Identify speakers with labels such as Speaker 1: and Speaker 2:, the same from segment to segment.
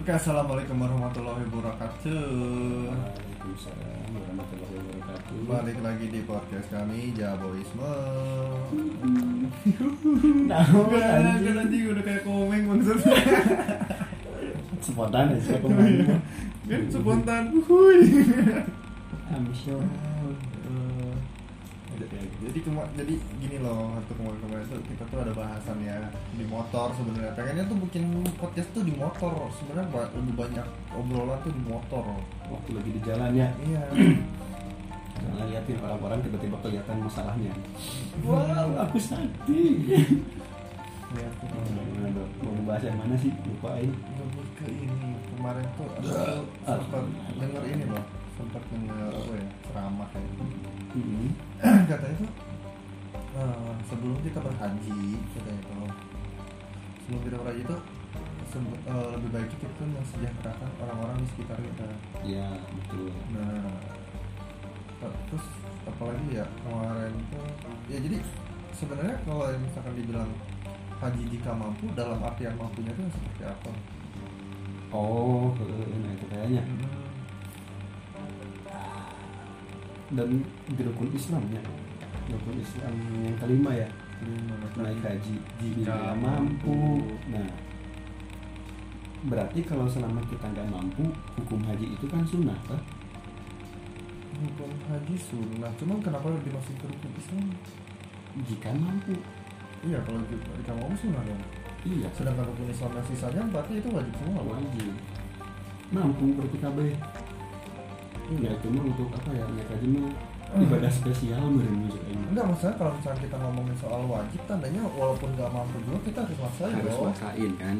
Speaker 1: Oke, assalamualaikum warahmatullahi wabarakatuh.
Speaker 2: Waalaikumsalam warahmatullahi wabarakatuh.
Speaker 1: Balik lagi di podcast kami Jaboisme. Kan anjing udah kayak komeng maksudnya.
Speaker 2: Spontan ya sih aku ngomong.
Speaker 1: Kan spontan. Wuih.
Speaker 2: Ambisio.
Speaker 1: Jadi gini loh, waktu kemarin tuh kita tuh ada bahasan ya di motor sebenarnya. Pengennya tuh bikin podcast tuh di motor. Sebenarnya lebih banyak obrolan tuh di motor.
Speaker 2: Waktu lagi di jalan ya.
Speaker 1: Iya.
Speaker 2: Jangan liatin orang-orang tiba-tiba kelihatan masalahnya. Wow, aku sakti.
Speaker 1: Lihat tuh.
Speaker 2: Mau bahas yang mana sih? Lupain.
Speaker 1: Lebih ke ini kemarin tuh aku sempat denger ini loh, sempat denger apa ya, ceramah kayak katanya tuh sebelum kita berhaji katanya kalau sebelum kita berhaji tuh lebih baik kita tuh mensejahterakan orang-orang di sekitar kita.
Speaker 2: Iya betul.
Speaker 1: Nah terus apalagi ya kemarin tuh ya, jadi sebenarnya kalau misalkan dibilang haji jika mampu, dalam artian mampunya itu seperti apa?
Speaker 2: Oh, nah itu kayaknya. Dan di rukun Islam ya, rukun Islam yang kelima ya, naik haji jika mampu. Nah, berarti kalau selama kita nggak mampu, hukum haji itu kan sunnah kan?
Speaker 1: Hukum haji sunnah, cuman kenapa dimasukin ke rukun Islam?
Speaker 2: Jika mampu.
Speaker 1: Iya, kalau jika mau sunnah dong.
Speaker 2: Iya.
Speaker 1: Sedangkan rukun Islam yang sisanya berarti itu wajib semua.
Speaker 2: Wajib. Mampu berarti KB. Iya, cuma untuk apa ya? Naik haji mah ibadah spesial menurut ini.
Speaker 1: Enggak, maksudnya kalau misalnya kita ngomongin soal wajib, tandanya walaupun nggak mampu juga kita harus maksain.
Speaker 2: Harus maksain kan?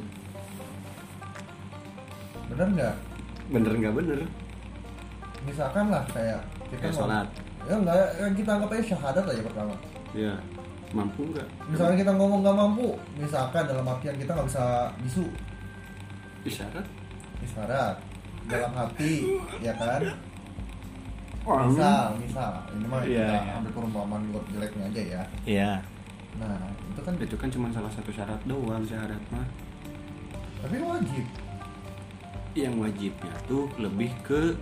Speaker 1: Bener nggak?
Speaker 2: Bener nggak bener?
Speaker 1: Misalkan lah kayak kita
Speaker 2: sholat.
Speaker 1: Ya enggak, kita anggap aja syahadat aja pertama.
Speaker 2: Iya. Mampu nggak?
Speaker 1: Misalnya kita ngomong nggak mampu, misalkan dalam artian kita nggak bisa bisu.
Speaker 2: Isyarat?
Speaker 1: Isyarat dalam hati, ya kan? Misal ini mah kita ambil perumpamaan jeleknya aja ya.
Speaker 2: Iya.
Speaker 1: Nah itu kan
Speaker 2: cuma salah satu syarat doang, syarat mah.
Speaker 1: tapi wajib.
Speaker 2: Yang wajibnya tuh lebih ke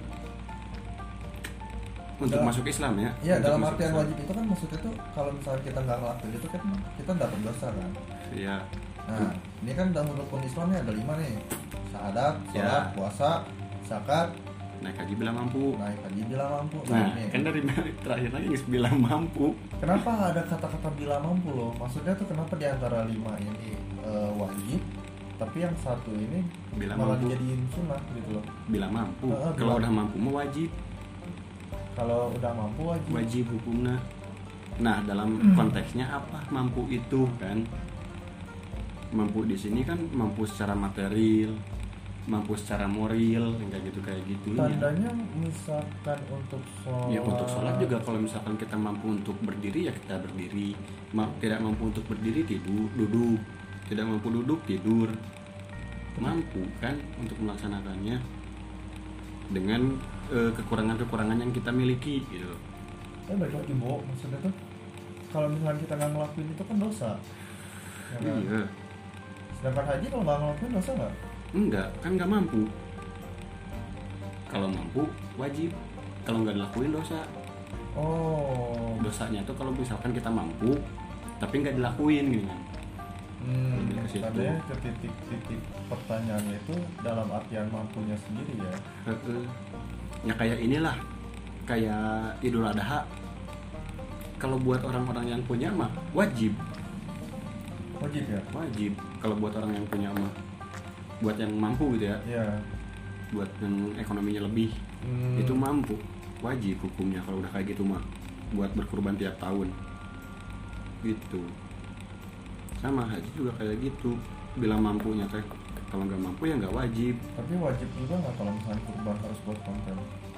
Speaker 2: untuk masuk Islam ya.
Speaker 1: Iya, dalam artian Islam. Wajib itu kan maksudnya tuh kalau misalnya kita nggak ngelakuin itu kan kita dapat dosa kan. Iya. Nah ini kan dalam rukun Islamnya ada 5 nih: syahadat, sholat, puasa, zakat,
Speaker 2: naik haji bila mampu.
Speaker 1: Nah
Speaker 2: kan dari terakhir lagi bilang mampu.
Speaker 1: Kenapa ada kata-kata bila mampu loh? Maksudnya tuh kenapa di antara 5 ini wajib, tapi yang satu ini
Speaker 2: bila
Speaker 1: malah
Speaker 2: mampu
Speaker 1: dijadiin sunnah gitu loh?
Speaker 2: Bila mampu. Kalau udah mampu mah wajib.
Speaker 1: Kalau udah mampu
Speaker 2: wajib hukumnya. Nah dalam konteksnya apa mampu itu kan? Mampu di sini kan mampu secara material, mampu secara moral, kayak gitu.
Speaker 1: Tandanya misalkan untuk sholat.
Speaker 2: Ya untuk sholat juga kalau misalkan kita mampu untuk berdiri ya kita berdiri. Tidak mampu untuk berdiri duduk. Tidak mampu duduk tidur. Mampu kan untuk melaksanakannya dengan kekurangan-kekurangan yang kita miliki gitu.
Speaker 1: Baik lagi Bo, maksudnya tuh kalau misalnya kita nggak ngelakuin itu kan dosa. Ya kan? Iya. Sedangkan haji kalau nggak ngelakuin dosa nggak?
Speaker 2: Enggak, kan nggak mampu. Kalau mampu wajib, kalau nggak dilakuin dosa.
Speaker 1: Oh.
Speaker 2: Dosanya tuh kalau misalkan kita mampu tapi nggak dilakuin gitu kan.
Speaker 1: Tandanya ke titik pertanyaannya itu dalam artian mampunya sendiri ya.
Speaker 2: Ya kayak inilah, kayak Idul Adha. Kalau buat orang-orang yang punya mah wajib ya? Wajib. Kalau buat orang yang punya mah, buat yang mampu gitu ya.
Speaker 1: Iya.
Speaker 2: Buat yang ekonominya lebih, itu mampu, wajib hukumnya kalau udah kayak gitu mah. Buat berkurban tiap tahun. Gitu. Sama haji juga kayak gitu. Bilang mampunya teh. Kalau nggak mampu ya nggak wajib.
Speaker 1: Tapi wajib juga nggak kalau misalnya kurban harus buat konten?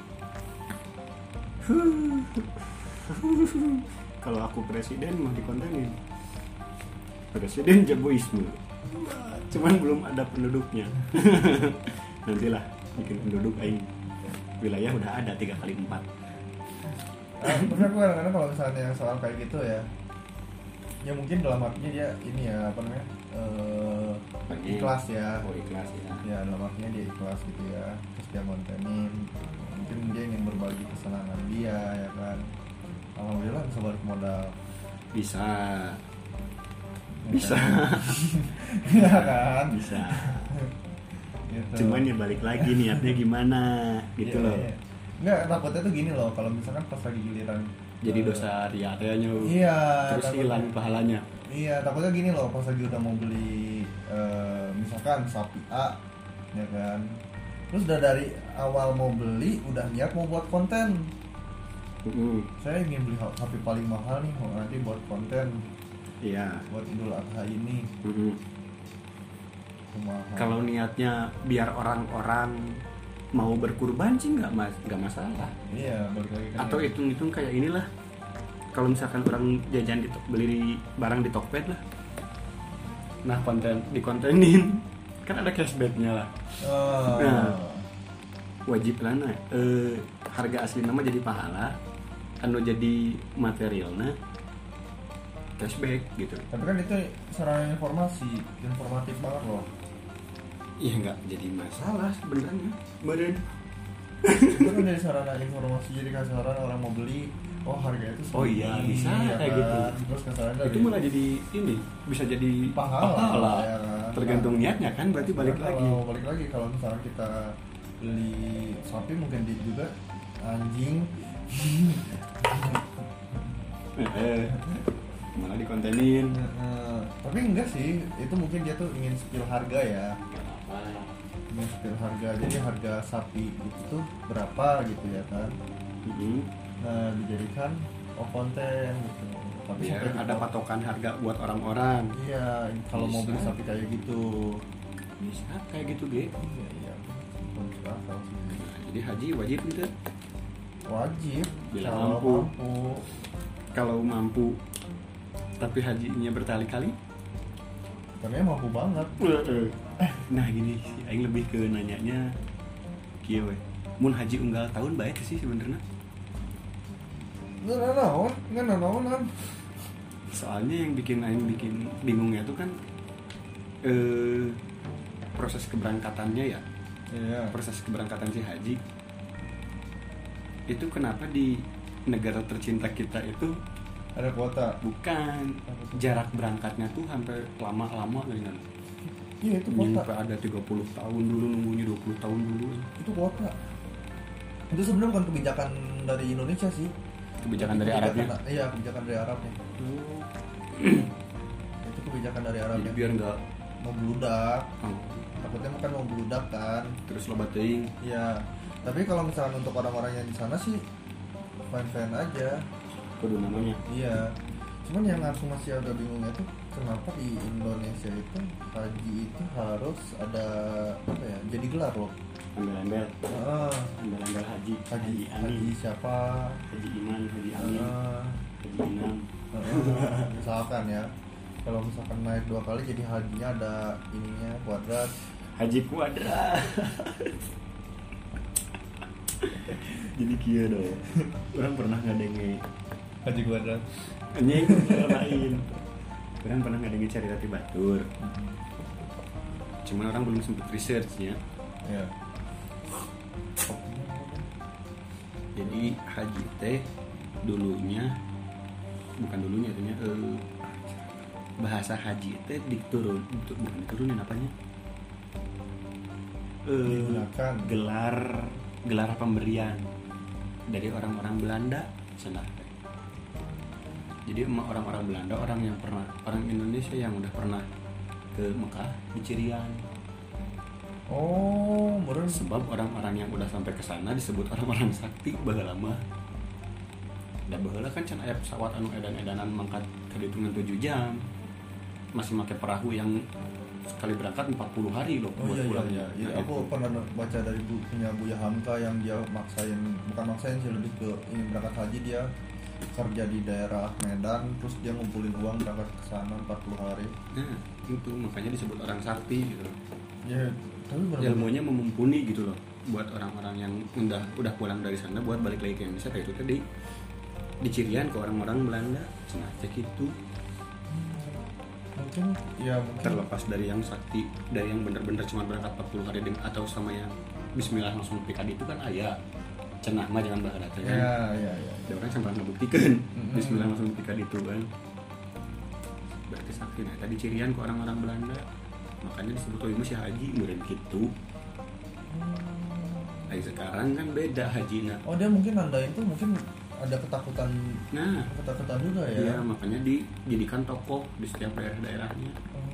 Speaker 2: Kalau aku presiden mau dikontenin. Presiden Jaboisme. Cuman belum ada penduduknya. Nantilah bikin penduduk aing. Wilayah udah ada 3x4.
Speaker 1: Terus aku kadang-kadang kalau misalnya soal kayak gitu ya, Ya mungkin dalam artinya dia ini ya apa namanya ikhlas ya.
Speaker 2: Oh ikhlas ya.
Speaker 1: Ya dalam artinya dia ikhlas gitu ya. Terus dia kontenin. Mungkin dia ingin berbagi kesenangan dia ya kan. Alhamdulillah bisa balik modal.
Speaker 2: Bisa.
Speaker 1: Ya
Speaker 2: Bisa.
Speaker 1: Iya kan?
Speaker 2: Bisa.
Speaker 1: Gitu.
Speaker 2: Cuman ya balik lagi niatnya gimana gitu
Speaker 1: Iya,
Speaker 2: loh.
Speaker 1: iya. Nggak, takutnya tuh gini loh, kalau misalkan pas lagi giliran
Speaker 2: Jadi dosa ria kayaknya.
Speaker 1: Iya.
Speaker 2: Terus hilang pahalanya.
Speaker 1: Iya, takutnya gini loh, pas lagi udah mau beli misalkan sapi A, ya kan. Terus udah dari awal mau beli, udah niat mau buat konten. Saya ingin beli sapi paling mahal nih, mau nanti buat konten.
Speaker 2: Iya.
Speaker 1: Buat Idul Adha ini.
Speaker 2: Kalau niatnya biar orang-orang mau berkurban sih nggak masalah.
Speaker 1: Iya, balik lagi kan.
Speaker 2: Atau hitung-hitung kayak inilah. Kalau misalkan orang jajan beli barang di Tokped lah. Nah, dikontenin kan ada cashbacknya lah. Nah, wajib lah nah, harga asli nama jadi pahala, anu jadi materialnya cashback gitu.
Speaker 1: Tapi kan itu sarana informatif banget loh.
Speaker 2: Iya nggak jadi masalah sebenarnya. Badan.
Speaker 1: Itu kan dari sarana informasi, jadi kasaran orang mau beli, oh harga itu segini,
Speaker 2: Oh iya bisa
Speaker 1: ya
Speaker 2: kayak
Speaker 1: kan?
Speaker 2: gitu.
Speaker 1: Terus kasaran dari
Speaker 2: Itu malah jadi ini bisa jadi
Speaker 1: pahala ya kan?
Speaker 2: Tergantung niatnya kan, berarti balik lagi.
Speaker 1: Balik lagi kalau misalnya kita beli sapi mungkin juga anjing.
Speaker 2: Malah dikontenin.
Speaker 1: Tapi enggak sih, itu mungkin dia tuh ingin spill harga ya. Ingin spill harga, jadi harga sapi itu tuh berapa gitu ya kan. Nah dijadikan konten gitu. Tapi
Speaker 2: Biar ada patokan harga buat orang-orang.
Speaker 1: Iya, kalau mau beli
Speaker 2: Bisa.
Speaker 1: sapi kayak gitu.
Speaker 2: Bisa kayak gitu ge.
Speaker 1: Iya. Masuk akal sih.
Speaker 2: Nah, jadi haji wajib gitu.
Speaker 1: Wajib
Speaker 2: Bila
Speaker 1: kalau
Speaker 2: mampu.
Speaker 1: mampu.
Speaker 2: Kalau mampu tapi hajinya berkali-kali.
Speaker 1: Karena mampu banget.
Speaker 2: Nah gini sih, aing lebih ke nanyanya kieu we. Mun haji unggal tahun baik sih sebenarnya.
Speaker 1: Nggak naon.
Speaker 2: Soalnya yang bikin bingungnya tuh kan proses keberangkatannya ya.
Speaker 1: Iya.
Speaker 2: Proses keberangkatan si haji itu kenapa di negara tercinta kita itu
Speaker 1: Ada kuota.
Speaker 2: bukan jarak berangkatnya tuh hampir lama-lama gitu.
Speaker 1: Iya itu kuota.
Speaker 2: Nyampe ada 30 tahun dulu, nunggunya 20 tahun dulu.
Speaker 1: Itu kuota. Itu sebenarnya bukan kebijakan dari Indonesia sih.
Speaker 2: Kebijakan dari Arabnya.
Speaker 1: Iya, kebijakan dari Arabnya. Itu kebijakan dari
Speaker 2: Jadi
Speaker 1: Arabnya.
Speaker 2: biar nggak
Speaker 1: Mau beludak. Takutnya kan mau beludak kan.
Speaker 2: terus lobat teuing.
Speaker 1: Iya. Tapi kalau misalkan untuk orang-orang yang di sana sih fine-fine aja.
Speaker 2: Kudu namanya.
Speaker 1: Iya. Cuman yang aku masih agak bingungnya tuh kenapa di Indonesia itu haji itu harus ada apa ya? Jadi gelar loh.
Speaker 2: Embel-embel.
Speaker 1: Ah,
Speaker 2: Embel-embel haji.
Speaker 1: haji
Speaker 2: Amin.
Speaker 1: siapa?
Speaker 2: Haji Iman, Haji Amin,
Speaker 1: Ah,
Speaker 2: Haji Inam.
Speaker 1: misalkan ya. Kalau misalkan naik 2 kali jadi hajinya ada ininya kuadrat.
Speaker 2: Haji Kuadrat. Jadi kieu dong. Orang pernah ngadenge
Speaker 1: Haji kuadrat.
Speaker 2: anjing lain. Orang pernah ngadenge cerita ti batur. Cuman orang belum sempet researchnya.
Speaker 1: Ya.
Speaker 2: Jadi haji teh dulunya bahasa haji teh bukan diturunin apanya?
Speaker 1: Digunakan.
Speaker 2: Gelar pemberian dari orang-orang Belanda sana. Jadi orang-orang Belanda, orang Indonesia yang udah pernah ke Mekah di Cirian.
Speaker 1: Oh, meureun.
Speaker 2: Sebab orang-orang yang udah sampai ke sana disebut orang-orang sakti baheula mah. Da baheula kan can aya pesawat anu edan-edanan mangkat ka ditungan 7 jam. Masih pakai perahu yang sekali berangkat 40 hari loh
Speaker 1: Oh
Speaker 2: buat
Speaker 1: iya
Speaker 2: pulangnya.
Speaker 1: iya.
Speaker 2: Nah,
Speaker 1: Aku
Speaker 2: itu.
Speaker 1: pernah baca dari bukunya Buya Hamka yang dia bukan maksain sih, lebih ke ini berangkat haji dia kerja di daerah Medan, terus dia ngumpulin uang berangkat ke sana 40 hari.
Speaker 2: Nah, itu makanya disebut orang sakti gitu.
Speaker 1: Ya, tapi benar-benar
Speaker 2: Ilmunya memumpuni gitu loh buat orang-orang yang udah pulang dari sana buat balik lagi ke Indonesia kayak itu tadi di Cirian ke orang-orang Belanda. Cenah cek itu.
Speaker 1: mungkin
Speaker 2: terlepas dari yang sakti, dari yang bener-bener cuma berangkat 40 hari atau sama yang Bismillah langsung PKD itu kan ayah cenah mah jangan bahas data kan
Speaker 1: ya.
Speaker 2: Ada orang sampai ngebuktikan Bismillah langsung PKD itu kan berarti sakti. Nah tadi cirian ke orang-orang Belanda makanya disebut oh masih haji kemudian gitu. Nah sekarang kan beda hajinya.
Speaker 1: Oh dia mungkin nandain tuh mungkin ada ketakutan juga ya.
Speaker 2: Iya makanya dijadikan tokoh di setiap daerah-daerahnya.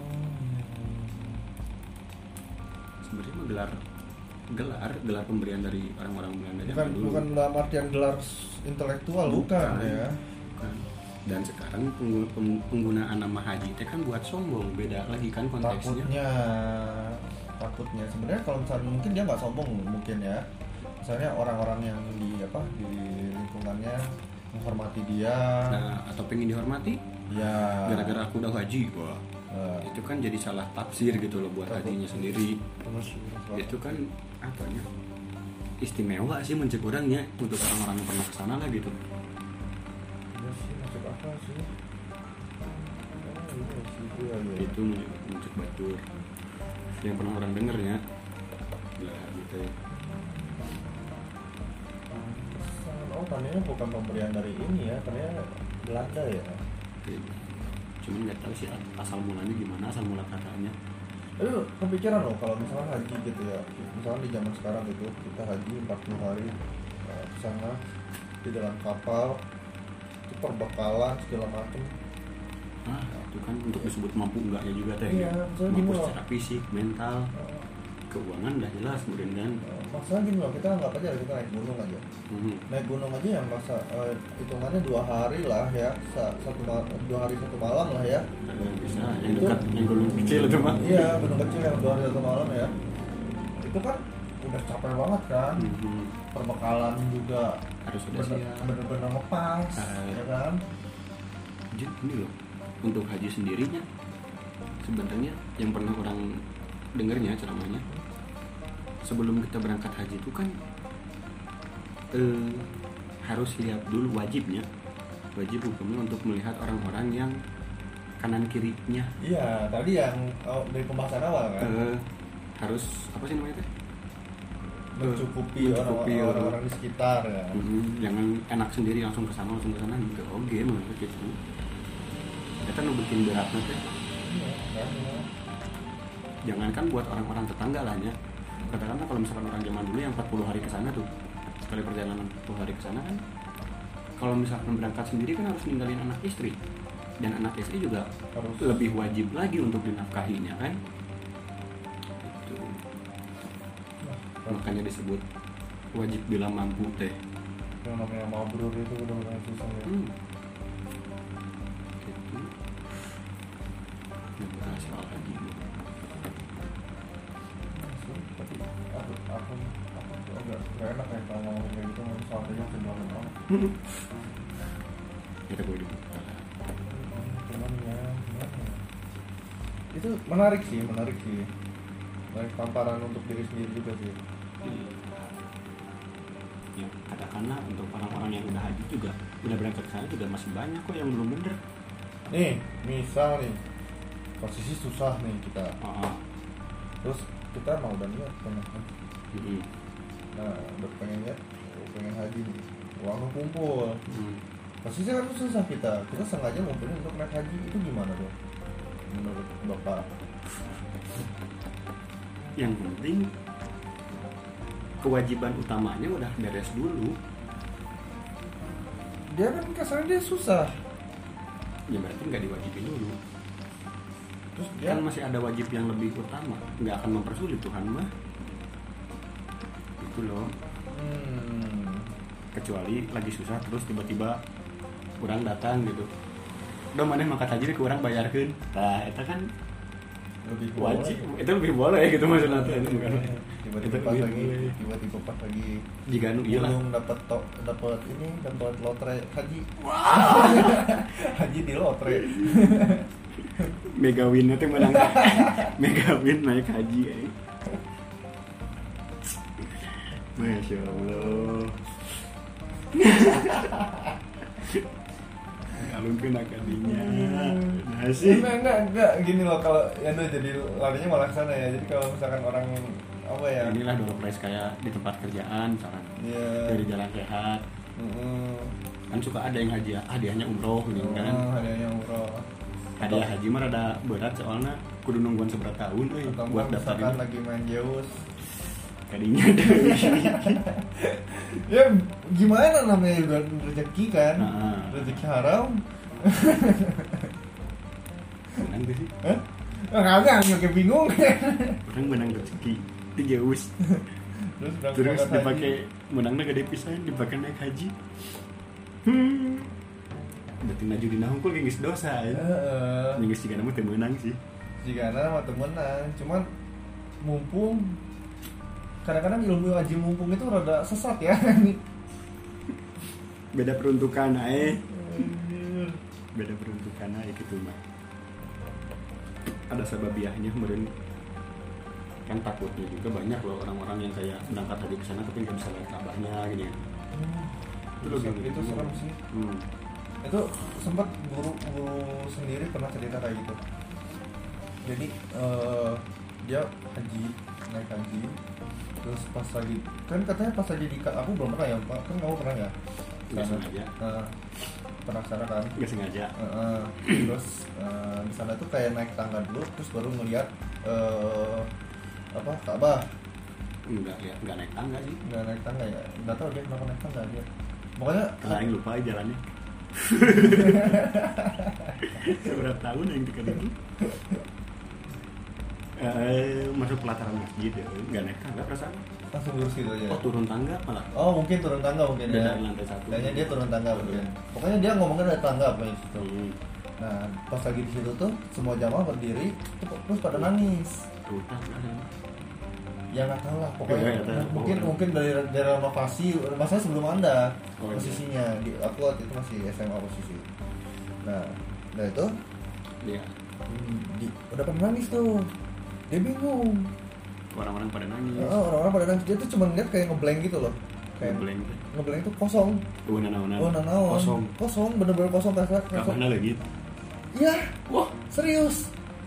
Speaker 2: Sebenarnya mah gelar pemberian dari orang-orang Belanda
Speaker 1: bukan dalam artian gelar intelektual bukan ya.
Speaker 2: Bukan. Dan sekarang penggunaan nama haji itu kan buat sombong, beda lagi kan konteksnya.
Speaker 1: Takutnya sebenarnya kalau misalnya mungkin dia nggak sombong mungkin ya. Misalnya orang-orang yang di lingkungannya menghormati dia.
Speaker 2: Nah, atau pengen dihormati?
Speaker 1: Ya.
Speaker 2: Gara-gara aku udah haji, wah. Itu kan jadi salah tafsir gitu loh buat hajinya sendiri. Itu kan apa ya? Istimewa sih mencek orangnya untuk orang-orang yang pernah kesana lah gitu. Itu mencek batur yang pernah orang denger ya lah gitu ya.
Speaker 1: Oh ternyata bukan pemberian dari ini ya, ternyata Belanda ya.
Speaker 2: Cuman nggak tahu sih asal mulanya gimana, asal mula katanya.
Speaker 1: Kepikiran loh kalau misalnya haji gitu ya, misalnya di zaman sekarang gitu kita haji 40 hari ke sana di dalam kapal itu perbekalan segala macam.
Speaker 2: Itu kan untuk disebut mampu enggaknya juga teh.
Speaker 1: Iya,
Speaker 2: mampu secara fisik, mental, keuangan udah jelas kemudian kan.
Speaker 1: Masalah gini loh, kita anggap aja kita naik gunung aja. Naik gunung aja yang masa hitungannya 2 hari lah ya, 2 hari 1 malam lah ya.
Speaker 2: Bisa, yang dekat yang gunung kecil itu mah.
Speaker 1: Iya, gunung kecil yang 2 hari 1 malam ya. Itu kan udah capek banget kan. Perbekalan juga
Speaker 2: harus sudah siap.
Speaker 1: Bener-bener lepas, ya kan.
Speaker 2: Jadi ini loh, untuk haji sendirinya sebenarnya yang pernah orang dengarnya ceramahnya sebelum kita berangkat haji itu kan harus lihat dulu wajib hukumnya untuk melihat orang-orang yang kanan kirinya.
Speaker 1: Iya tadi yang dari pembahasan awal kan
Speaker 2: harus apa sih namanya itu
Speaker 1: mencukupi orang-orang di sekitar ya.
Speaker 2: Jangan enak sendiri langsung ke sana gitu. Oke menurut gitu kita nu bikin beratnya teh. Jangankan buat orang-orang tetangga lah ya. Katakanlah kalau misalkan orang zaman dulu yang 40 hari ke sana tuh, sekali perjalanan 40 hari ke sana kan, kalau misalkan berangkat sendiri kan harus ninggalin anak istri, dan anak istri juga harus lebih wajib lagi untuk dinafkahinya kan. Itu makanya disebut wajib bila mampu teh.
Speaker 1: Yang namanya mabrur itu udah susah ya.
Speaker 2: Soal haji
Speaker 1: aku agak enak ya kalau ngomong kayak gitu, soalnya semuanya banget.
Speaker 2: Kita boleh
Speaker 1: Cuman ya itu menarik sih menarik tamparan untuk diri sendiri juga sih.
Speaker 2: Ya katakanlah untuk orang-orang yang udah haji juga udah berangkat ke sana juga masih banyak kok yang belum bener.
Speaker 1: Nih misal nih posisi susah nih kita, terus kita mau dan niat kan, udah pengen haji nih, uangnya kumpul, posisi kan susah kita sengaja ngumpulin untuk naik haji, itu gimana tuh menurut Bapak?
Speaker 2: Yang penting kewajiban utamanya udah beres dulu.
Speaker 1: Dia kan kesannya dia susah,
Speaker 2: ya berarti nggak diwajibin dulu.
Speaker 1: Terus dia
Speaker 2: kan masih ada wajib yang lebih utama, nggak akan mempersulit Tuhan mah itu loh. Kecuali lagi susah terus tiba-tiba orang datang gitu, udah mana makan haji ke orang bayarkan, nah itu kan
Speaker 1: lebih
Speaker 2: wajib boleh. Itu lebih boleh gitu maksudnya tuh ini bukan
Speaker 1: tiba-tiba pas lagi
Speaker 2: jika nu iyalah
Speaker 1: dapat lotre haji. Haji di lotre.
Speaker 2: Megawin itu menang. Megawin naik haji ya. Masya Allah. ngalungkeun akadinya. Nah sih.
Speaker 1: Enggak gini loh, kalau ya udah jadi larinya malah ke sana ya. Jadi kalau misalkan orang apa ya?
Speaker 2: Inilah door prize kayak di tempat kerjaan misalkan. Dari jalan sehat. Kan suka ada yang hadiahnya umroh gitu kan.
Speaker 1: Hadiahnya umroh.
Speaker 2: Hadiah haji mah rada berat soalnya kudu nungguan seberapa tahun buat daftar
Speaker 1: ini. Lagi main Zeus.
Speaker 2: Kadinya
Speaker 1: ya gimana namanya juga rezeki kan. Rezeki haram.
Speaker 2: Menang gak sih?
Speaker 1: Enggak, kayak bingung.
Speaker 2: Orang menang rezeki di Zeus. Terus dipakai menangnya gede pisan, dipakai naik haji. Berarti maju di nahungkul geus dosa ya. Geus jigana mah teu meunang sih.
Speaker 1: Jigana mah teu meunang, cuman mumpung kadang-kadang ilmu haji mumpung itu rada sesat ya.
Speaker 2: Beda peruntukan ae. Beda peruntukan ae gitu mah. Ada sababiahnya meureun. Kan takutnya juga banyak loh orang-orang yang kayak berangkat haji ke sana tapi nggak bisa lihat Ka'bahnya gini.
Speaker 1: Itu serem sih. Itu sempat guru sendiri pernah cerita kayak gitu. Jadi dia naik haji, terus pas lagi kan katanya pas lagi di aku belum pernah ya Pak, kan kamu pernah ya?
Speaker 2: Nggak sengaja.
Speaker 1: Pernah sana kan?
Speaker 2: Nggak sengaja.
Speaker 1: Terus di sana tuh kayak naik tangga dulu, terus baru ngeliat Ka'bah.
Speaker 2: Enggak naik tangga sih.
Speaker 1: Enggak naik tangga ya. Enggak tahu dia kenapa naik tangga dia. Pokoknya
Speaker 2: karena lupa jalannya. Seberapa tahun yang dekat itu? Masuk pelataran masjid ya. Enggak naik tangga perasaan.
Speaker 1: Langsung lurus gitu aja.
Speaker 2: Oh, turun tangga malah.
Speaker 1: Oh, mungkin turun tangga mungkin ya.
Speaker 2: Dari lantai 1.
Speaker 1: Kayaknya dia turun tangga mungkin. Pokoknya dia ngomongnya ada tangga apa di situ. Nah, pas lagi di situ tuh semua jamaah berdiri terus pada nangis. Ya nggak tahu lah, pokoknya mungkin dari renovasi, masalah sebelum Anda posisinya di aku waktu itu masih SMA posisi. Nah itu udah pada nangis tuh, dia bingung.
Speaker 2: Orang-orang pada nangis.
Speaker 1: Orang-orang pada nangis, dia tuh cuma lihat kayak ngeblank gitu loh. Kayak ngeblank itu kosong. Kosong, bener-bener kosong kasar.
Speaker 2: Kapan lagi?
Speaker 1: Iya. Wah serius.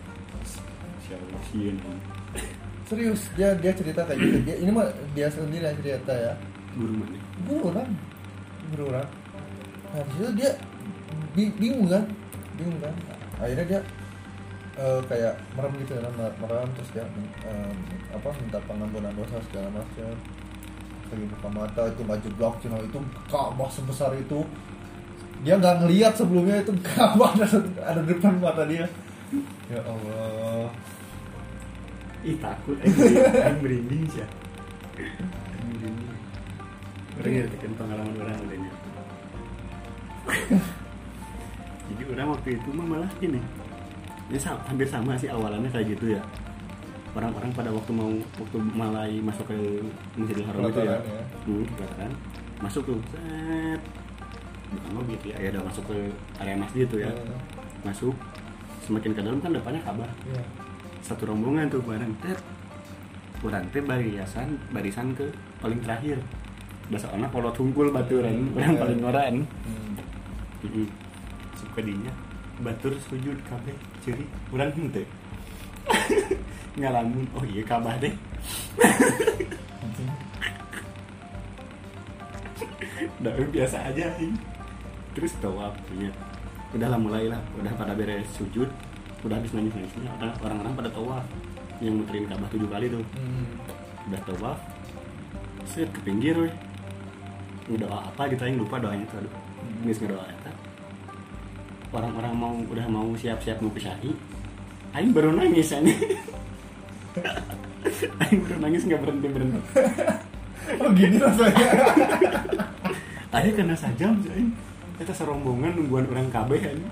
Speaker 1: Serius, dia cerita kayak gitu. Ini mah dia sendiri yang cerita ya.
Speaker 2: Guru mana?
Speaker 1: Guru orang. Nah disitu dia bingung kan. Akhirnya dia kayak merem gitu kan, merem terus dia minta pengampunan dosa segala macam. Lagi buka mata itu nggak jeblok, cina itu Ka'bah sebesar itu. Dia nggak ngelihat sebelumnya itu Ka'bah ada di depan mata dia. Ya Allah.
Speaker 2: Ih takut, yang merinding sih. Orang ngerti pengalaman orang adanya. Jadi orang waktu itu malah gini, ya hampir sama sih awalannya kayak gitu ya. Orang-orang pada waktu mulai masuk ke Masjidil Haram itu ya, kan masuk tuh, set, bukan mobil ya, udah masuk ke area masjid tuh ya, masuk, semakin ke dalam kan depannya Ka'bah. Satu rombongan tuh bareng kurang barisan ke paling terakhir soalnya kalau tungkul baturan orang paling ngoran suka dinya batur sujud kabeh ciri urang henteu ngalamun oh iya Ka'bah deh udah biasa aja ini terus tawaf punya udah pada beres sujud udah habis nangis-nangisnya orang-orang pada tawaf yang muterin Ka'bah 7 kali tuh udah tawaf set ke pinggir weh ngedoa apa gitu yang lupa doanya tuh geus ngedoa eta orang-orang udah mau siap-siap mau ke syahid aing baru nangis aing baru nangis nggak berhenti
Speaker 1: oh gini rasanya
Speaker 2: aing kena sajam sih aing eta serombongan nungguan orang kabeh aing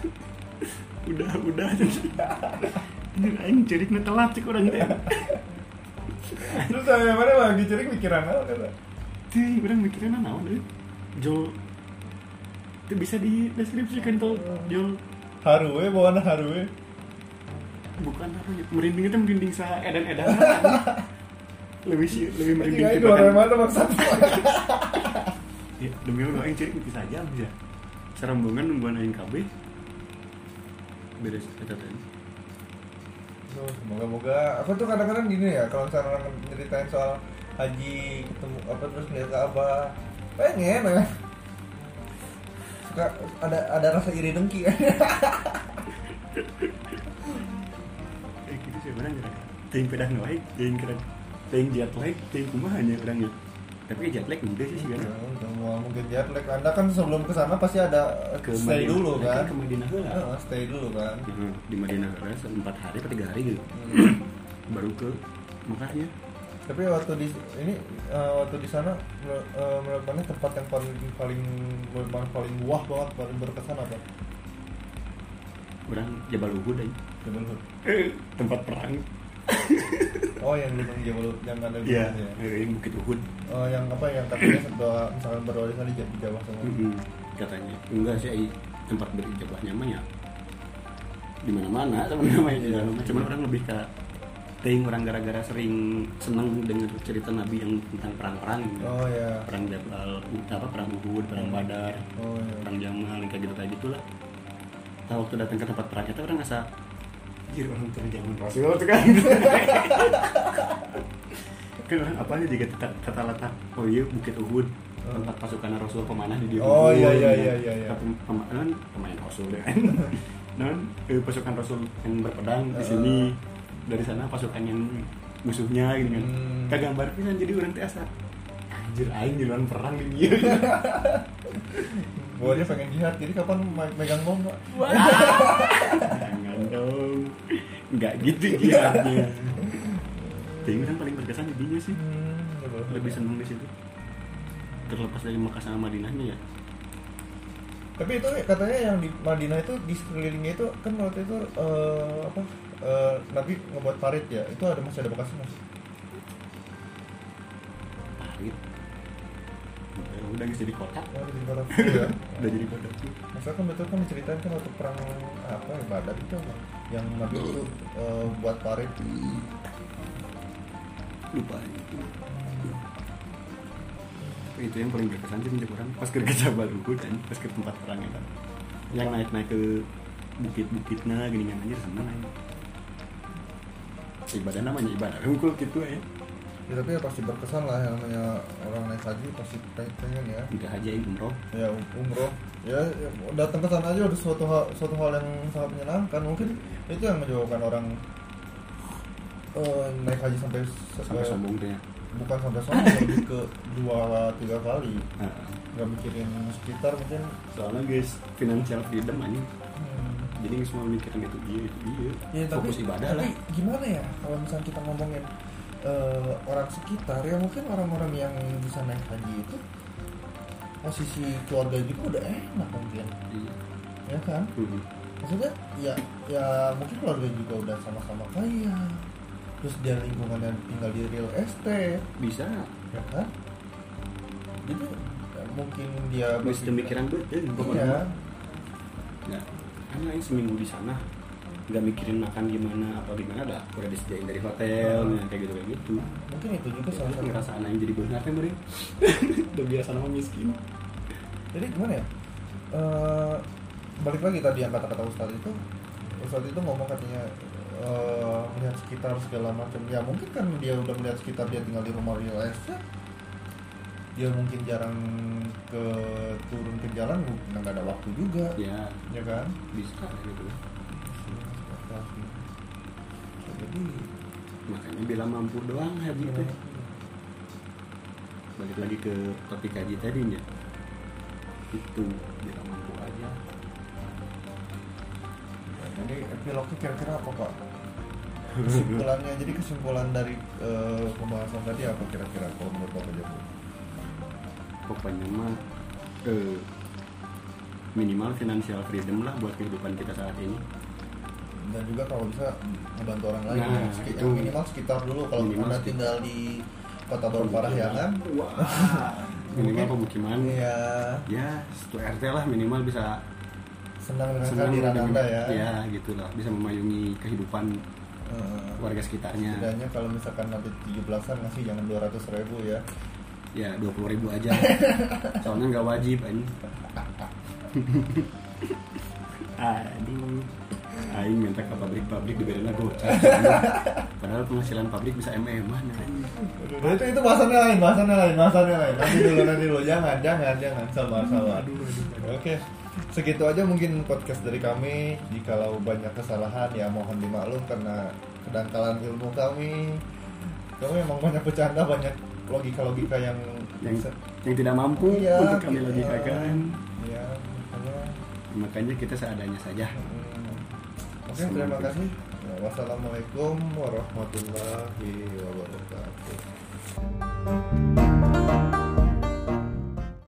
Speaker 2: udah aing cerikna telat cik urang teh.
Speaker 1: Terus saya mana lagi cerik mikiran apa kata?
Speaker 2: Teh, urang mikiran naon deui? Jol itu bisa dideskripsikan tuh jol
Speaker 1: haruwe bawana haruwe.
Speaker 2: Bukan apa ya, merinding sa edan-edan. lebih merinding
Speaker 1: ke dua mana maksudnya.
Speaker 2: Ya, demi Allah aing cerik bisa jam ya. serombongan nungguan aing kabeh beres eta teh.
Speaker 1: Semoga aku tuh kadang-kadang gini ya, kalau misalnya orang ceritain soal haji ketemu apa terus ngeliat Ka'bah pengen ya. Suka ada rasa iri dengki kan.
Speaker 2: Gitu sih orang kira-kira ting pedang naik ting kira ting jet lag ting kumaha nya orangnya. Tapi jet lag enggak sih kan.
Speaker 1: Mungkin jet lag. Anda kan sebelum ke sana pasti ada
Speaker 2: Ke
Speaker 1: stay
Speaker 2: Madinah,
Speaker 1: dulu kan.
Speaker 2: Ke Madinah heula.
Speaker 1: Stay dulu kan.
Speaker 2: Di Madinah heula 4 hari atau 3 hari gitu. Baru ke Mekahnya.
Speaker 1: Tapi waktu di sana menurut mana tempat yang paling wah banget, paling berkesan apa?
Speaker 2: Orang Jabal Uhud aja.
Speaker 1: Jabal Uhud.
Speaker 2: Tempat perang.
Speaker 1: Oh, yang gunung Jabal Uhud yang ada di
Speaker 2: Iya,
Speaker 1: sana.
Speaker 2: yang Bukit Uhud.
Speaker 1: Oh, yang apa yang katanya setelah misalkan berdoa di sana di Jawa semua.
Speaker 2: Katanya. Enggak sih tempat berijabahnya mah ya di mana-mana sebenarnya. Cuma orang lebih ke ting orang gara-gara sering seneng dengar cerita Nabi yang tentang perang-perang gitu.
Speaker 1: Oh ya.
Speaker 2: Perang Jabal, perang Uhud, perang Badar,
Speaker 1: Oh ya.
Speaker 2: perang Jamal, kayak gitu lah. Nah, waktu datang ke tempat perang itu orang ngerasa anjir orang tuh zaman Rasul tuh kan. Kan orang apa aja juga tata letak. Oh iya Bukit Uhud, tempat pasukan Rasul pemanah di dia.
Speaker 1: Oh iya.
Speaker 2: Pemain Rasul deh kan. Pasukan Rasul yang berpedang di sini. Dari sana pasukan yang musuhnya gitu kan. Kagambar pisan jadi orang teh asa anjir aing jalan perang di dia.
Speaker 1: Gua pengen jihad, jadi kapan megang bom, Pak?
Speaker 2: Jangan dong. Enggak gitu jihadnya. Tapi kan paling berkesan di dia sih. Lebih seneng di situ. Terlepas dari Makkah sama Madinahnya ya.
Speaker 1: Tapi itu katanya yang di Madinah itu di sekelilingnya itu kan waktu itu Nabi ngebuat parit ya, itu masih ada bekasnya mas?
Speaker 2: Parit? Udah jadi kotak.
Speaker 1: Oh, jadi kotak ya.
Speaker 2: Udah jadi kotak.
Speaker 1: Maksudnya kan betul kan diceritain kan waktu perang apa ya Badar itu apa? Yang Nabi itu buat parit.
Speaker 2: Lupa itu. Itu yang paling berkesan sih menurut orang pas ke Jabal Uhud kan, pas ke tempat perang itu. Yang naik ke bukit-bukitnya gini kan aja seneng aja. Ibadah namanya ibadah hukum gitu ya.
Speaker 1: Ya tapi ya pasti berkesan lah yang namanya orang naik haji pasti pengen ya.
Speaker 2: Enggak haji umroh.
Speaker 1: Ya umroh. Ya datang ke sana aja udah suatu hal yang sangat menyenangkan. Mungkin itu yang menyebabkan orang naik haji sampai
Speaker 2: sombong deh.
Speaker 1: Bukan sampai sombong, lebih ke 2-3 kali. Nggak mikirin sekitar mungkin. Soalnya
Speaker 2: guys financial freedom aja. Jadi semua mikirin itu dia.
Speaker 1: Ya,
Speaker 2: fokus ibadah lah.
Speaker 1: Gimana ya kalau misalnya kita ngomongin orang sekitar ya, mungkin orang-orang yang bisa naik haji itu posisi keluarga juga udah enak mungkin. Ya kan? Maksudnya ya mungkin keluarga juga udah sama-sama kaya. Terus dia lingkungannya tinggal di real estate.
Speaker 2: Bisa.
Speaker 1: Ya kan? Jadi mungkin dia
Speaker 2: bisa pemikiran duit ya.
Speaker 1: Iya.
Speaker 2: Nah, kan lain seminggu di sana nggak mikirin makan gimana udah disediain dari hotel kayak gitu
Speaker 1: mungkin itu juga salah satu
Speaker 2: ngerasa anak yang jadi benar kan beri udah biasa nama miskin.
Speaker 1: Jadi gimana ya, balik lagi tadi yang kata-kata Ustadz itu ngomong katanya melihat sekitar segala macam ya, mungkin kan dia udah melihat sekitar, dia tinggal di rumah real estate, dia mungkin jarang turun ke jalan, nggak ada waktu juga ya kan,
Speaker 2: bisa gitu.
Speaker 1: Jadi
Speaker 2: makanya bila mampu doang haji itu. Balik lagi ke topik haji tadinya itu bila mampu aja.
Speaker 1: Jadi epilognya kira-kira apa Pak? Kesimpulannya, jadi kesimpulan dari pembahasan tadi apa kira-kira kalau menurut Bapak Joko?
Speaker 2: Pokoknya mah minimal financial freedom lah buat kehidupan kita saat ini.
Speaker 1: Dan juga kalau bisa membantu orang lain,
Speaker 2: itu
Speaker 1: minimal sekitar dulu. Kalau Anda tinggal di Kota Baru Parahyangan,
Speaker 2: minimal pemukiman ya 1 RT lah minimal bisa
Speaker 1: senang dengan kehadiran Anda ya.
Speaker 2: Ya gitulah, bisa memayungi kehidupan warga sekitarnya.
Speaker 1: Setidaknya kalau misalkan nanti 17-an ngasih jangan 200.000 ya.
Speaker 2: Ya 20.000 aja. Soalnya nggak wajib ini. Aduh, aing minta ke pabrik dibeliin gocap. Padahal penghasilan pabrik bisa MM-an.
Speaker 1: Nah, itu bahasannya lain. Nanti dulu. Jangan sabar. Oke. Segitu aja mungkin podcast dari kami. Jikalau banyak kesalahan ya mohon dimaklum karena kedangkalan ilmu kami. Kami memang banyak bercanda, banyak logika yang
Speaker 2: tidak mampu
Speaker 1: ya,
Speaker 2: untuk kami logikakan.
Speaker 1: Ya,
Speaker 2: makanya kita seadanya saja.
Speaker 1: Oke, terima kasih. Wassalamualaikum warahmatullahi wabarakatuh.